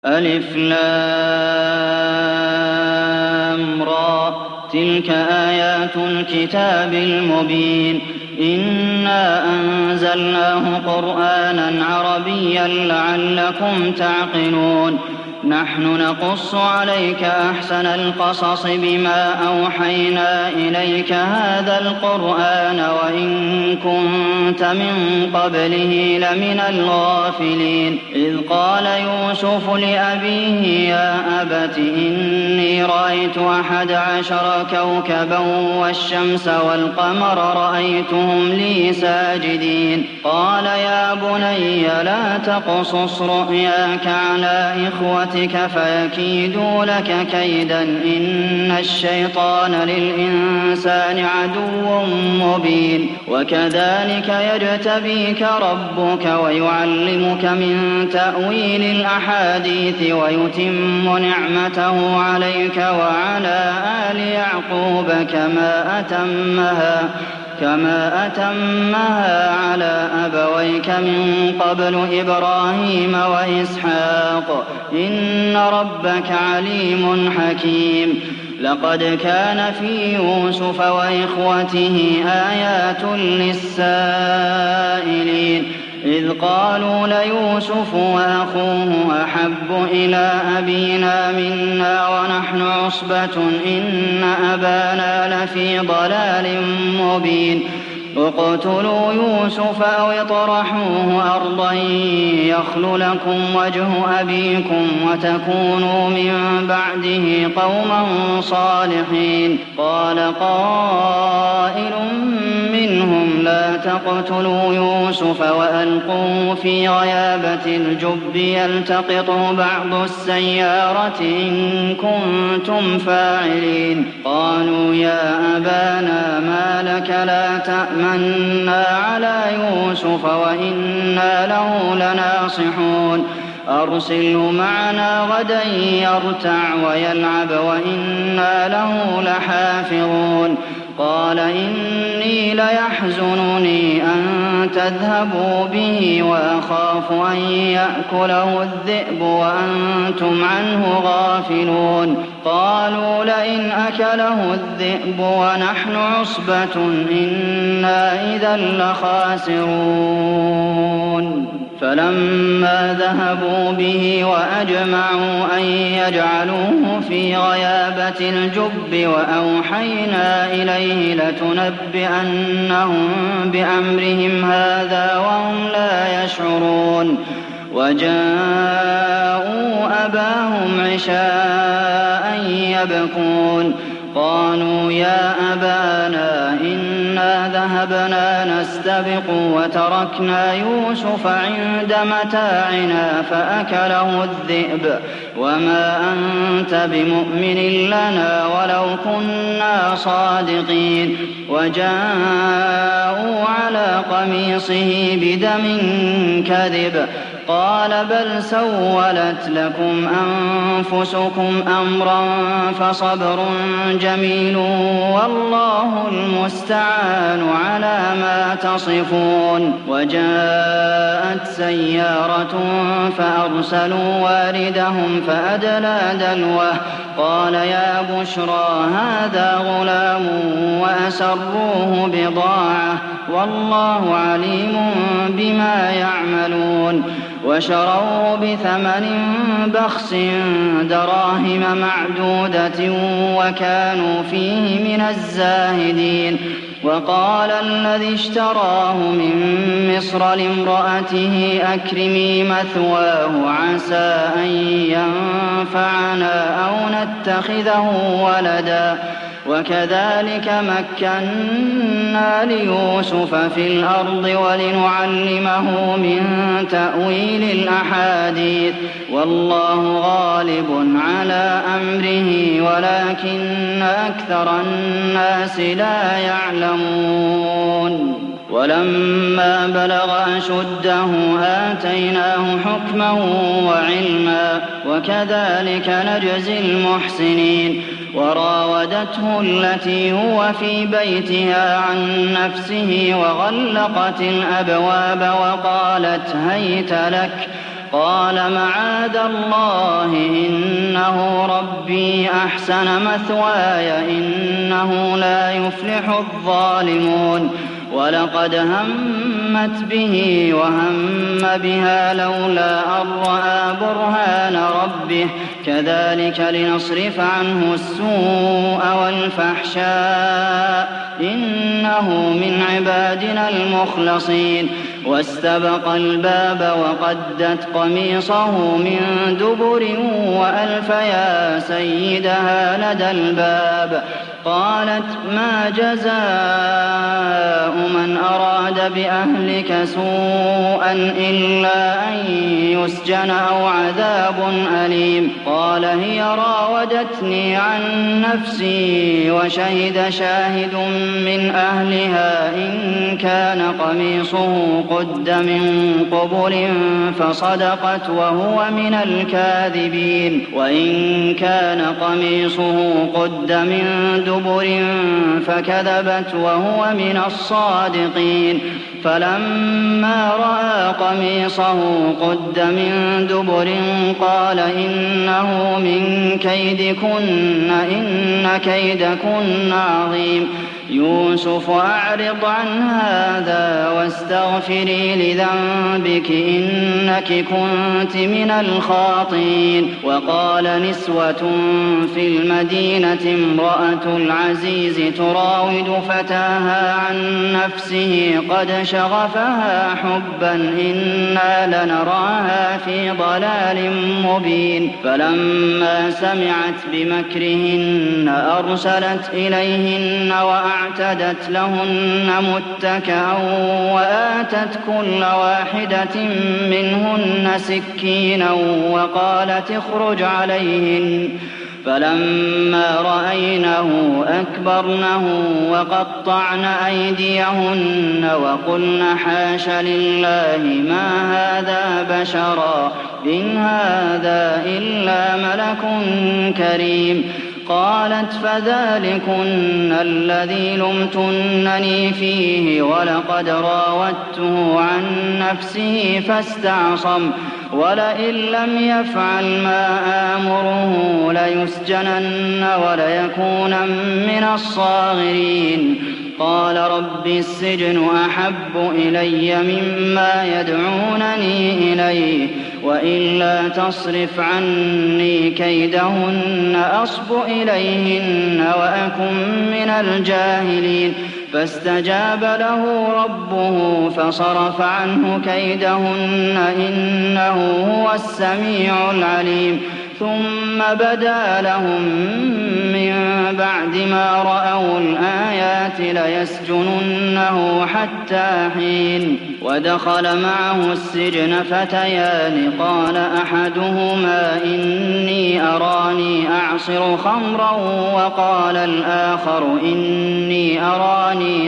ألف لام را تلك آيات الكتاب المبين إنا أنزلناه قرآنا عربيا لعلكم تعقلون نحن نقص عليك أحسن القصص بما أوحينا إليك هذا القرآن وإن كنت من قبله لمن الغافلين إذ قال يوسف لأبيه يا أبت إني رأيت 11 كوكبا والشمس والقمر رأيتهم لي ساجدين قال يا بني لا تقصص رؤياك على إخوتك فيكيدوا لك كيدا إن الشيطان للإنسان عدو مبين وكذلك يجتبيك ربك ويعلمك من تأويل الأحاديث ويتم نعمته عليك وعلى آل يعقوب كما أتمها على أبويك من قبل إبراهيم وإسحاق إن ربك عليم حكيم لقد كان في يوسف وإخوته آيات للسائلين إذ قالوا ليوسف وأخوه أحب إلى أبينا منا ونحن عصبة إن أبانا لفي ضلال مبين اقتلوا يوسف أو اطرحوه أرضا يخل لكم وجه أبيكم وتكونوا من بعده قوما صالحين قال قائل منهم لا تقتلوا يوسف وألقوه في غيابة الجب يلتقطه بعض السيارة إن كنتم فاعلين قالوا يا أبانا ما لك لا تأمنا على يوسف وإنا له لناصحون أرسله معنا غدا يرتع ويلعب وإنا له لحافظون قال إني ليحزنني أن تذهبوا به وأخاف أن يأكله الذئب وأنتم عنه غافلون قالوا لئن أكله الذئب ونحن عصبة إنا إذا لخاسرون فلما ذهبوا به وأجمعوا أن يجعلوه في غيابة الجب وأوحينا إليه لتنبئنهم بأمرهم هذا وهم لا يشعرون وجاءوا أباهم عشاء يبكون قالوا يا أبانا إنا ذهبنا نستبق وتركنا يوسف عند متاعنا فأكله الذئب وما أنت بمؤمن لنا ولو كنا صادقين وجاءوا على قميصه بدم كذب قال بل سولت لكم أنفسكم أمرا فصبر جميل والله المستعان على ما تصفون وجاءت سيارة فأرسلوا واردهم فأدلى دلوه قال يا بشرى هذا غلام وأسروه بضاعة والله عليم بما يعملون وشروه بثمن بخس دراهم معدودة وكانوا فيه من الزاهدين وقال الذي اشتراه من مصر لامرأته أكرمي مثواه عسى أن ينفعنا أو نتخذه ولدا وكذلك مكنا ليوسف في الأرض ولنعلمه من تأويل الأحاديث والله غالب على أمره ولكن أكثر الناس لا يعلمون ولما بلغ أشده آتيناه حكما وعلما وكذلك نجزي المحسنين وراودته التي هو في بيتها عن نفسه وغلقت الأبواب وقالت هيت لك قال معاذ الله إنه ربي أحسن مثواي إنه لا يفلح الظالمون ولقد همت به وهم بها لولا أن رأى برهان ربه كذلك لنصرف عنه السوء والفحشاء إنه من عبادنا المخلصين واستبق الباب وقدت قميصه من دبر وألف يا سيدها لدى الباب قالت ما جزاء من أراد بأهلك سوءا إلا أن يسجن أو عذاب أليم قال هي راودتني عن نفسي وشهد شاهد من أهلها إن كان قميصه قد من قبل فصدقت وهو من الكاذبين وإن كان قميصه قد من دبر فكذبت وهو من الصادقين فلما رأى قميصه قد من دبر قال إنه من كيدكن إن كيدكن عظيم يوسف أعرض عن هذا واستغفري لذنبك إنك كنت من الخاطئين وقال نسوة في المدينة امرأة العزيز تراود فتاها عن نفسه قد شغفها حبا إنا لنراها في ضلال مبين فلما سمعت بمكرهن أرسلت إليهن وأعتدت لهن متكئا وآتت كل واحدة منهن سكينا وقالت اخرج عليهن فلما رأينه أكبرنه وقطعن أيديهن وقلن حاش لله ما هذا بشرا إن هذا إلا ملك كريم قالت فذلكن الذي لمتنني فيه ولقد راودته عن نفسه فاستعصم ولئن لم يفعل ما آمره ليسجنن وليكون من الصاغرين قال رب السجن أحب إلي مما يدعونني إليه وإلا تصرف عني كيدهن أصب إليهن وأكن من الجاهلين فاستجاب له ربه فصرف عنه كيدهن إنه هو السميع العليم ثم بدا لهم من بعد ما رأوا الآيات ليسجننه حتى حين ودخل معه السجن فتيان قال أحدهما إني أراني أعصر خمرا وقال الآخر إني أراني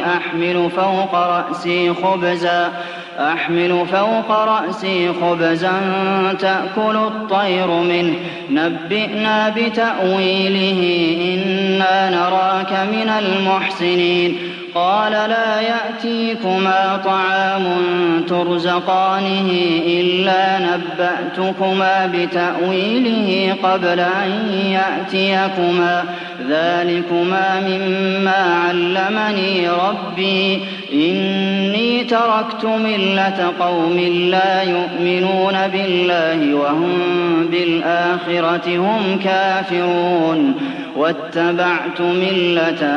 أحمل فوق رأسي خبزا تأكل الطير منه نبئنا بتأويله إنا نراك من المحسنين قال لا يأتيكما طعام ترزقانه إلا نبأتكما بتأويله قبل أن يأتيكما ذلكما مما علمني ربي إني تركت ملة قوم لا يؤمنون بالله وهم بالآخرة هم كافرون واتبعت ملة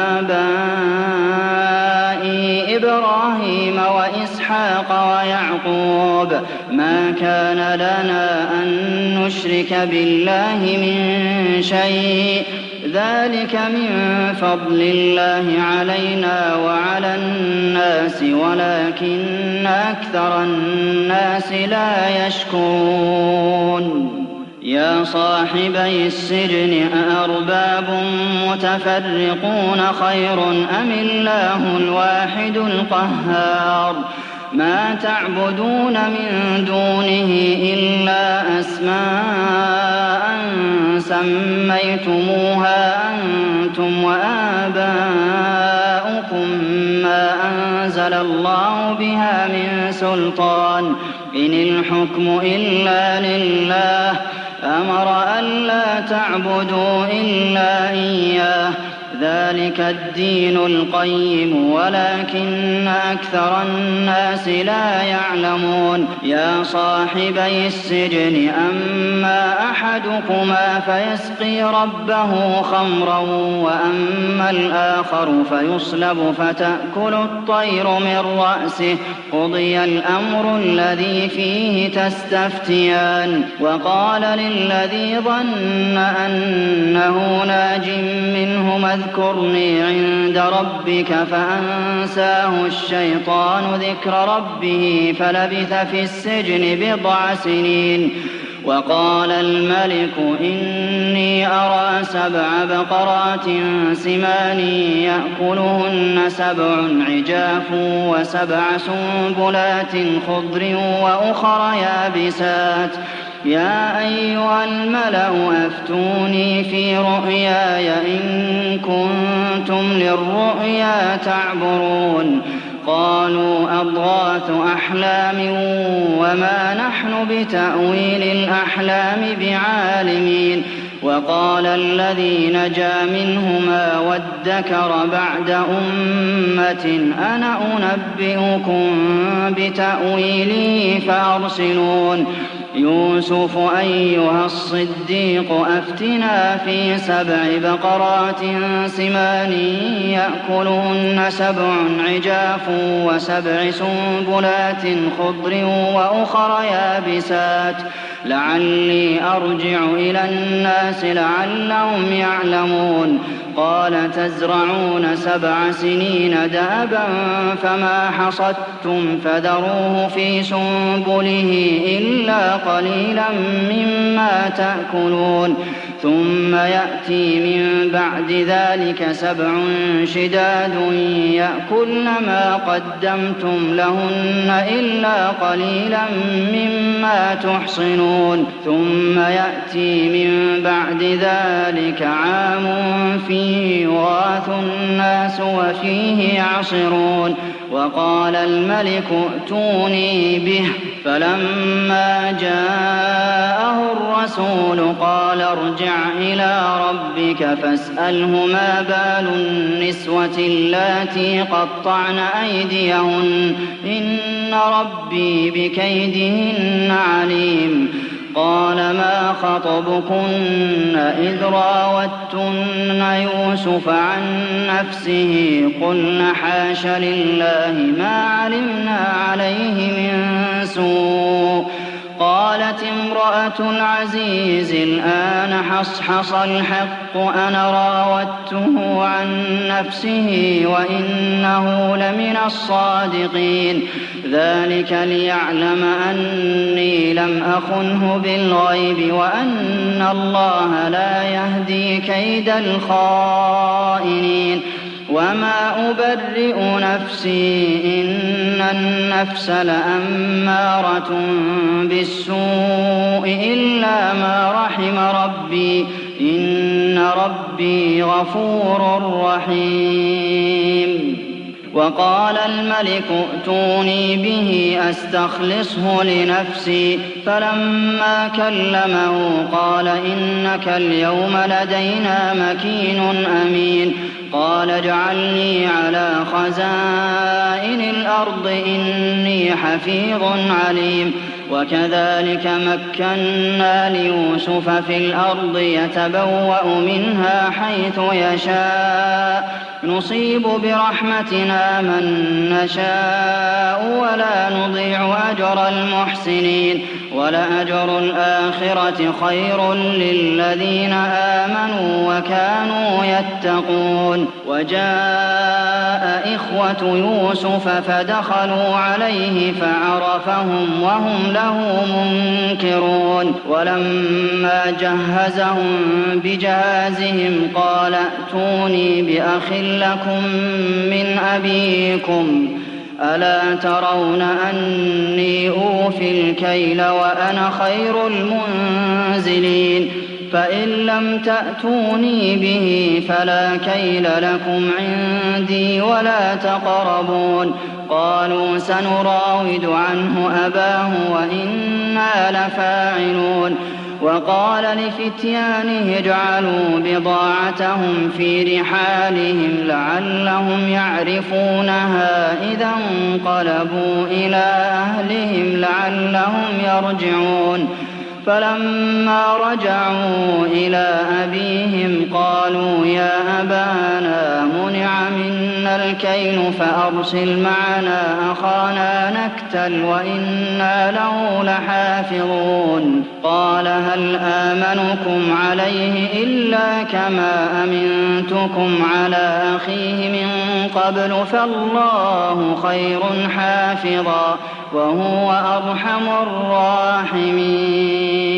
آبائي إبراهيم وإسحاق ويعقوب ما كان لنا أن نشرك بالله من شيء ذلك من فضل الله علينا وعلى الناس ولكن أكثر الناس لا يشكرون يا صاحبي السجن أأرباب متفرقون خير أم الله الواحد القهار ما تعبدون من دونه إلا أسماء سميتموها أنتم وآباؤكم ما أنزل الله بها من سلطان إن الحكم إلا لله أمر ألا تعبدوا إلا إياه ذلك الدين القيم ولكن أكثر الناس لا يعلمون يا صاحبي السجن أما أحدكما فيسقي ربه خمرا وأما الآخر فيصلب فتأكل الطير من رأسه قضي الأمر الذي فيه تستفتيان وقال للذي ظن أنه ناج منهما اذكرني عند ربك فأنساه الشيطان ذكر ربه فلبث في السجن بضع سنين وقال الملك إني أرى 7 بقرات سمان يأكلهن 7 عجاف و7 سنبلات خضر وأخر يابسات يا أيها الملأ أفتوني في رؤياي إن كنتم للرؤيا تعبرون قالوا أضغاث أحلام وما نحن بتأويل الأحلام بعالمين وقال الذي نجا منهما وادكر بعد أمة أنا أنبئكم بتأويله فأرسلون يوسف أيها الصديق أفتنا في 7 بقرات سمان يأكلهن 7 عجاف و7 سنبلات خضر وأخر يابسات لعلي أرجع إلى الناس لعلهم يعلمون قال تزرعون 7 سنين دابا فما حصدتم فذروه في سنبله إلا قليلا مما تأكلون ثم يأتي من بعد ذلك 7 شداد يأكلن ما قدمتم لهن إلا قليلا مما تحصنون ثم يأتي من بعد ذلك عام فيه يغاث الناس وفيه يعصرون وقال الملك ائتوني به فلما جاءه الرسول قال ارجع إلى ربك فاسأله ما بال النسوة اللاتي قطعن أيديهن إن ربي بكيدهن عليم قال ما خطبكن إذ راوتن يوسف عن نفسه قلن حاش لله ما علمنا عليه من سوء قالت امرأة العزيز الآن حصحص الحق أنا راودته عن نفسه وإنه لمن الصادقين ذلك ليعلم أني لم أخنه بالغيب وأن الله لا يهدي كيد الخائنين وما أبرئ نفسي إن النفس لأمارة بالسوء إلا ما رحم ربي إن ربي غفور رحيم وقال الملك ائتوني به أستخلصه لنفسي فلما كلمه قال إنك اليوم لدينا مكين أمين قال اجعلني على خزائن الأرض إني حفيظ عليم وكذلك مكنا ليوسف في الأرض يتبوأ منها حيث يشاء نصيب برحمتنا من نشاء ولا نضيع أجر المحسنين ولأجر الآخرة خير للذين آمنوا وكانوا يتقون وجاء إخوة يوسف فدخلوا عليه فعرفهم وهم له منكرون ولما جهزهم بجهازهم قال ائتوني بأخ لكم من أبيكم ألا ترون أني أوفي الكيل وأنا خير المنزلين فإن لم تأتوني به فلا كيل لكم عندي ولا تقربون قالوا سنراود عنه أباه وإنا لفاعلون وقال لفتيانه اجعلوا بضاعتهم في رحالهم لعلهم يعرفونها إذا انقلبوا إلى أهلهم لعلهم يرجعون فلما رجعوا إلى أبيهم قالوا يا أبانا منع منا الكيل فأرسل معنا أخانا نكتل وإنا له لحافظون قال هل آمنكم عليه إلا كما أمنتكم على أخيه من قبل فالله خير حافظا وهو أرحم الراحمين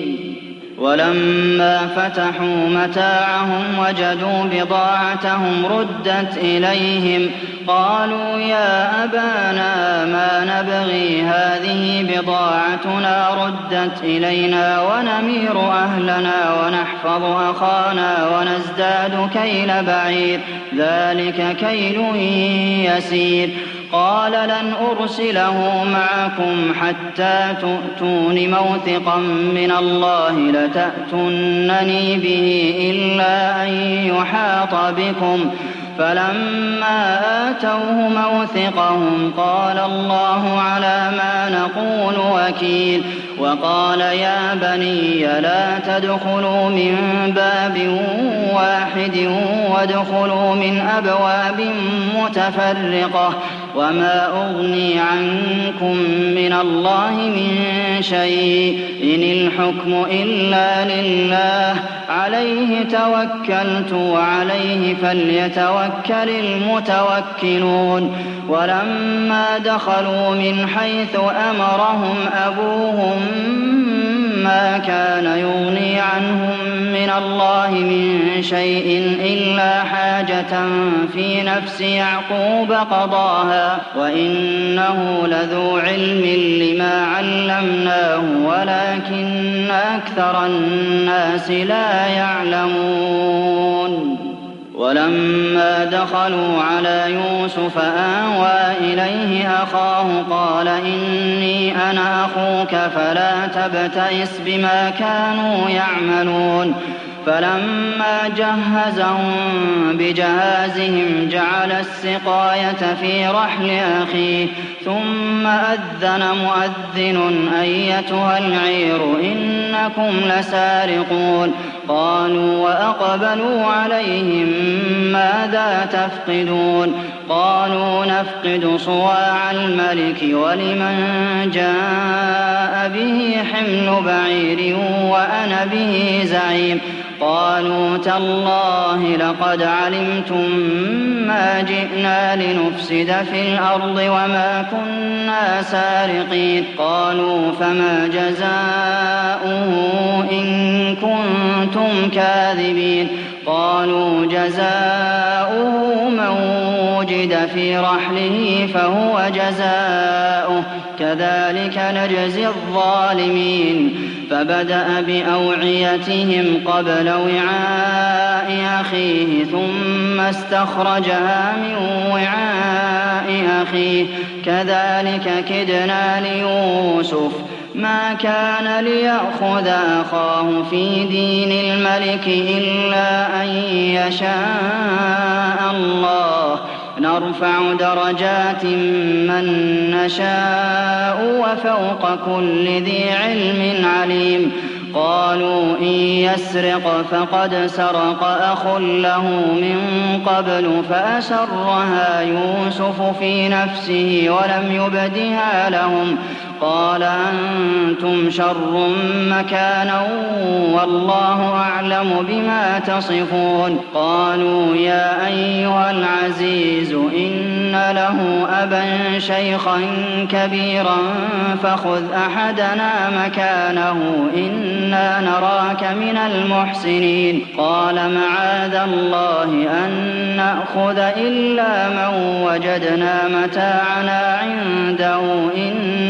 ولما فتحوا متاعهم وجدوا بضاعتهم ردت إليهم قالوا يا أبانا ما نبغي هذه بضاعتنا ردت إلينا ونمير أهلنا ونحفظ أخانا ونزداد كيل بعير ذلك كيل يسير قال لن أرسله معكم حتى تؤتون موثقا من الله لتأتونني به إلا أن يحاط بكم فلما آتوه موثقهم قال الله على ما نقول وكيل وقال يا بني لا تدخلوا من باب واحد وادخلوا من أبواب متفرقة وما أغني عنكم من الله من شيء إن الحكم إلا لله عليه توكلت وعليه فليتوكل المتوكلون ولما دخلوا من حيث أمرهم أبوهم ما كان يغني عنهم من الله من شيء إلا حاجة في نفس يعقوب قضاها وإنه لذو علم لما علمناه ولكن أكثر الناس لا يعلمون ولما دخلوا على يوسف آوى إليه أخاه قال إني أنا أخوك فلا تبتئس بما كانوا يعملون فلما جهزهم بجهازهم جعل السقاية في رحل أخيه ثم أذن مؤذن أيتها العير إنكم لسارقون قالوا وأقبلوا عليهم ماذا تفقدون قالوا نفقد صواع الملك ولمن جاء به حمل بعير وأنا به زعيم قالوا تالله لقد علمتم ما جئنا لنفسد في الأرض وما كنا سارقين قالوا فما جزاؤه إن كنتم كاذبين قالوا جزاؤه من وجد في رحله فهو جزاؤه كذلك نجزي الظالمين فبدأ بأوعيتهم قبل وعاء أخيه ثم استخرجها من وعاء أخيه كذلك كدنا ليوسف ما كان ليأخذ أخاه في دين الملك إلا أن يشاء الله نرفع درجات من نشاء وفوق كل ذي علم عليم قالوا إن يسرق فقد سرق أخ له من قبل فأسرها يوسف في نفسه ولم يبدها لهم قال أنتم شر مكانا والله أعلم بما تصفون قالوا يا أيها العزيز إن له أبا شيخا كبيرا فخذ أحدنا مكانه إنا نراك من المحسنين قال معاذ الله أن نأخذ إلا من وجدنا متاعنا عنده إنا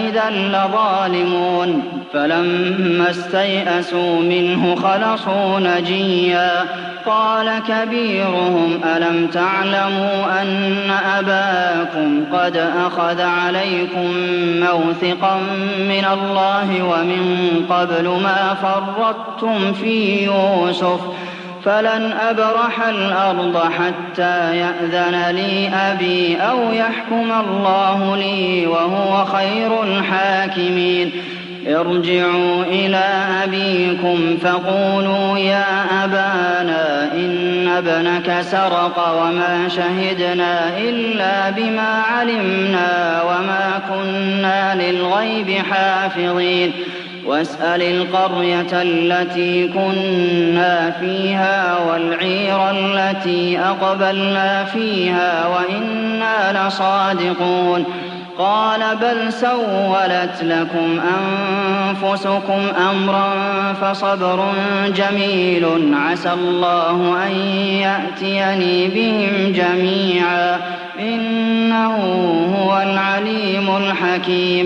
إذا لظالمون فلما استيئسوا منه خلصوا نجيا قال كبيرهم ألم تعلموا أن أباكم قد أخذ عليكم موثقا من الله ومن قبل ما فرطتم في يوسف فلن أبرح الأرض حتى يأذن لي أبي أو يحكم الله لي وهو خير الحاكمين ارجعوا إلى أبيكم فقولوا يا أبانا إن ابنك سرق وما شهدنا إلا بما علمنا وما كنا للغيب حافظين واسأل القرية التي كنا فيها والعير التي أقبلنا فيها وإنا لصادقون قال بل سولت لكم أنفسكم أمرا فصبر جميل عسى الله أن يأتيني بهم جميعا إنه هو العليم الحكيم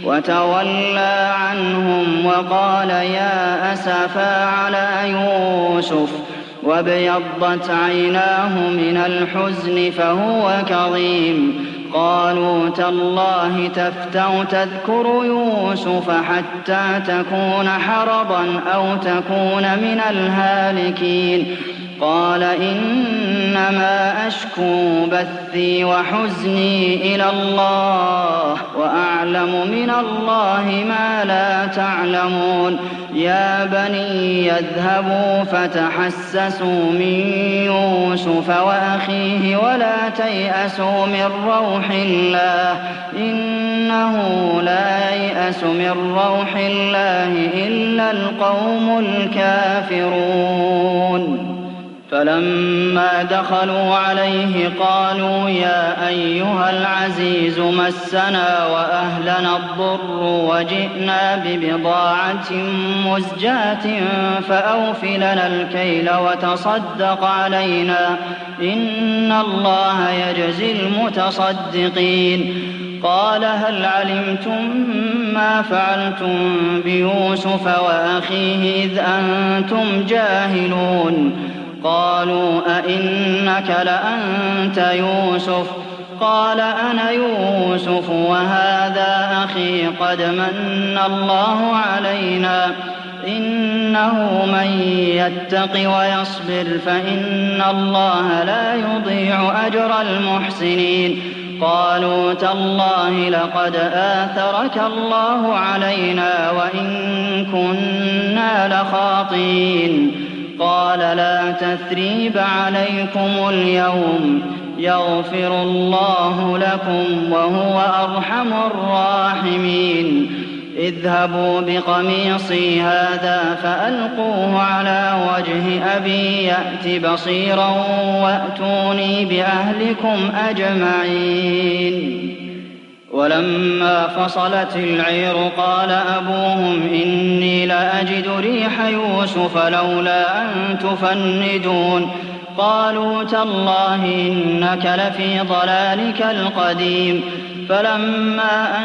وتولى عنهم وقال يا أسفا على يوسف وابيضت عيناه من الحزن فهو كظيم قالوا تالله تفتأ تذكر يوسف حتى تكون حرضا أو تكون من الهالكين قال إنما أشكو بثي وحزني إلى الله وأعلم من الله ما لا تعلمون يا بني يذهبوا فتحسسوا من يوسف وأخيه ولا تيأسوا من روح الله إنه لا ييأس من روح الله إلا القوم الكافرون فلما دخلوا عليه قالوا يا أيها العزيز مسنا وأهلنا الضر وجئنا ببضاعة مزجاة فأوف لنا الكيل وتصدق علينا إن الله يجزي المتصدقين قال هل علمتم ما فعلتم بيوسف وأخيه إذ أنتم جاهلون قالوا أئنك لأنت يوسف قال أنا يوسف وهذا أخي قد من الله علينا إنه من يتق ويصبر فإن الله لا يضيع أجر المحسنين قالوا تالله لقد آثرك الله علينا وإن كنا لخاطئين قال لا تثريب عليكم اليوم يغفر الله لكم وهو أرحم الراحمين اذهبوا بقميصي هذا فألقوه على وجه أبي يأت بصيرا وأتوني بأهلكم أجمعين ولما فصلت العير قال أبوهم إني لأجد ريح يوسف لولا أن تفندون قالوا تالله إنك لفي ضلالك القديم فلما أن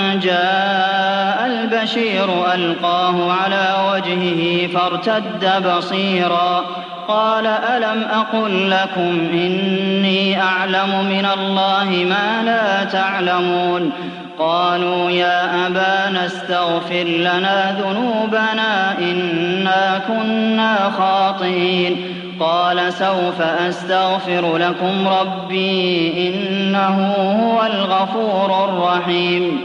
جاء البشير ألقاه على وجهه فارتد بصيرا قال ألم أقل لكم إني أعلم من الله ما لا تعلمون قالوا يا أبانا استغفر لنا ذنوبنا إنا كنا خاطئين قال سوف أستغفر لكم ربي إنه هو الغفور الرحيم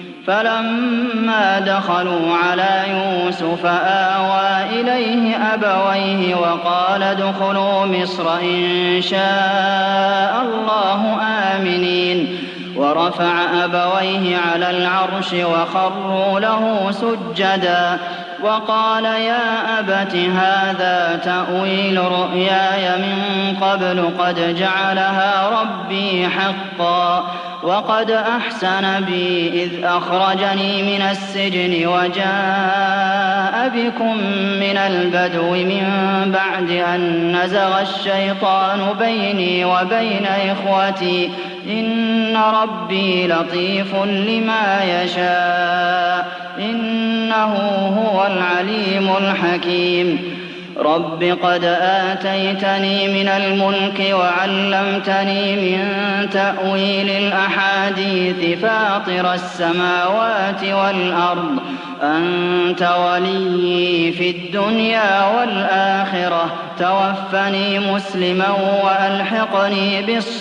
فلما دخلوا على يوسف آوى إليه أبويه وقال ادخلوا مصر إن شاء الله آمنين ورفع أبويه على العرش وخروا له سجدا وقال يا أبت هذا تأويل رؤياي من قبل قد جعلها ربي حقا وقد أحسن بي إذ أخرجني من السجن وجاء بكم من البدو من بعد أن نزغ الشيطان بيني وبين إخوتي إن ربي لطيف لما يشاء إنه هو العليم الحكيم رب قد آتيتني من الملك وعلمتني من تأويل الأحاديث فاطر السماوات والأرض أنت وليي في الدنيا والآخرة توفني مسلما وألحقني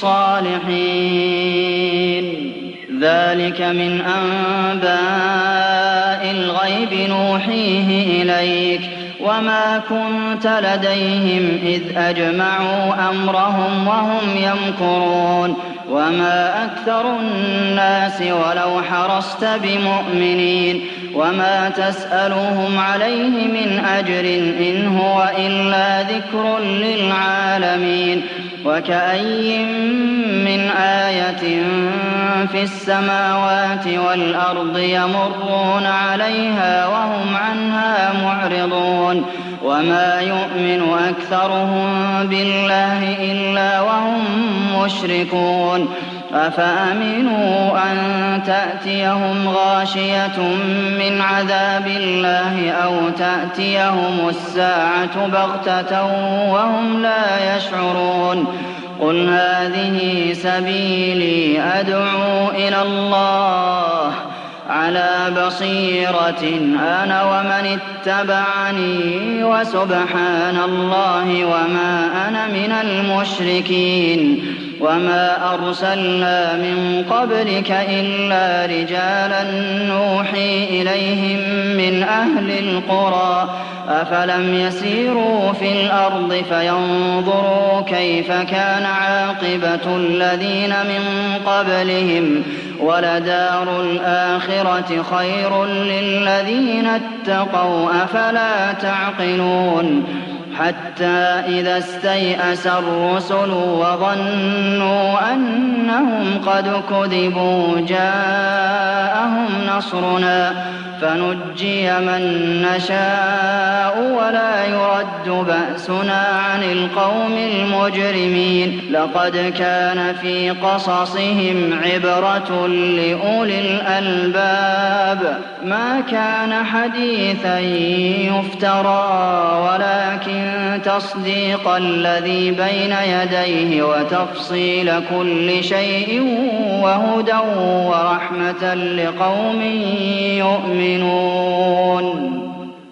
بالصالحين ذلك من أنباء الغيب نوحيه إليك وما كنت لديهم إذ أجمعوا أمرهم وهم يمكرون وما أكثر الناس ولو حرصت بمؤمنين وما تسألهم عليه من أجر إن هو إلا ذكر للعالمين وكأي من آية في السماوات والأرض يمرون عليها وهم عنها معرضون وما يؤمن أكثرهم بالله إلا وهم مشركون أفأمنوا أن تأتيهم غاشية من عذاب الله أو تأتيهم الساعة بغتة وهم لا يشعرون قل هذه سبيلي أدعو إلى الله على بصيرة أنا ومن اتبعني وسبحان الله وما أنا من المشركين وما أرسلنا من قبلك إلا رجالا نوحي إليهم من أهل القرى أفلم يسيروا في الأرض فينظروا كيف كان عاقبة الذين من قبلهم ولدار الآخرة خير للذين اتقوا أفلا تعقلون حتى إذا استيأس الرسل وظنوا أنهم قد كذبوا جاءهم نصرنا فنجي من نشاء ولا يرد بأسنا عن القوم المجرمين لقد كان في قصصهم عبرة لأولي الألباب ما كان حديثا يفترى ولكن تصديق الذي بين يديه وتفصيل كل شيء وهدى ورحمة لقوم يؤمنون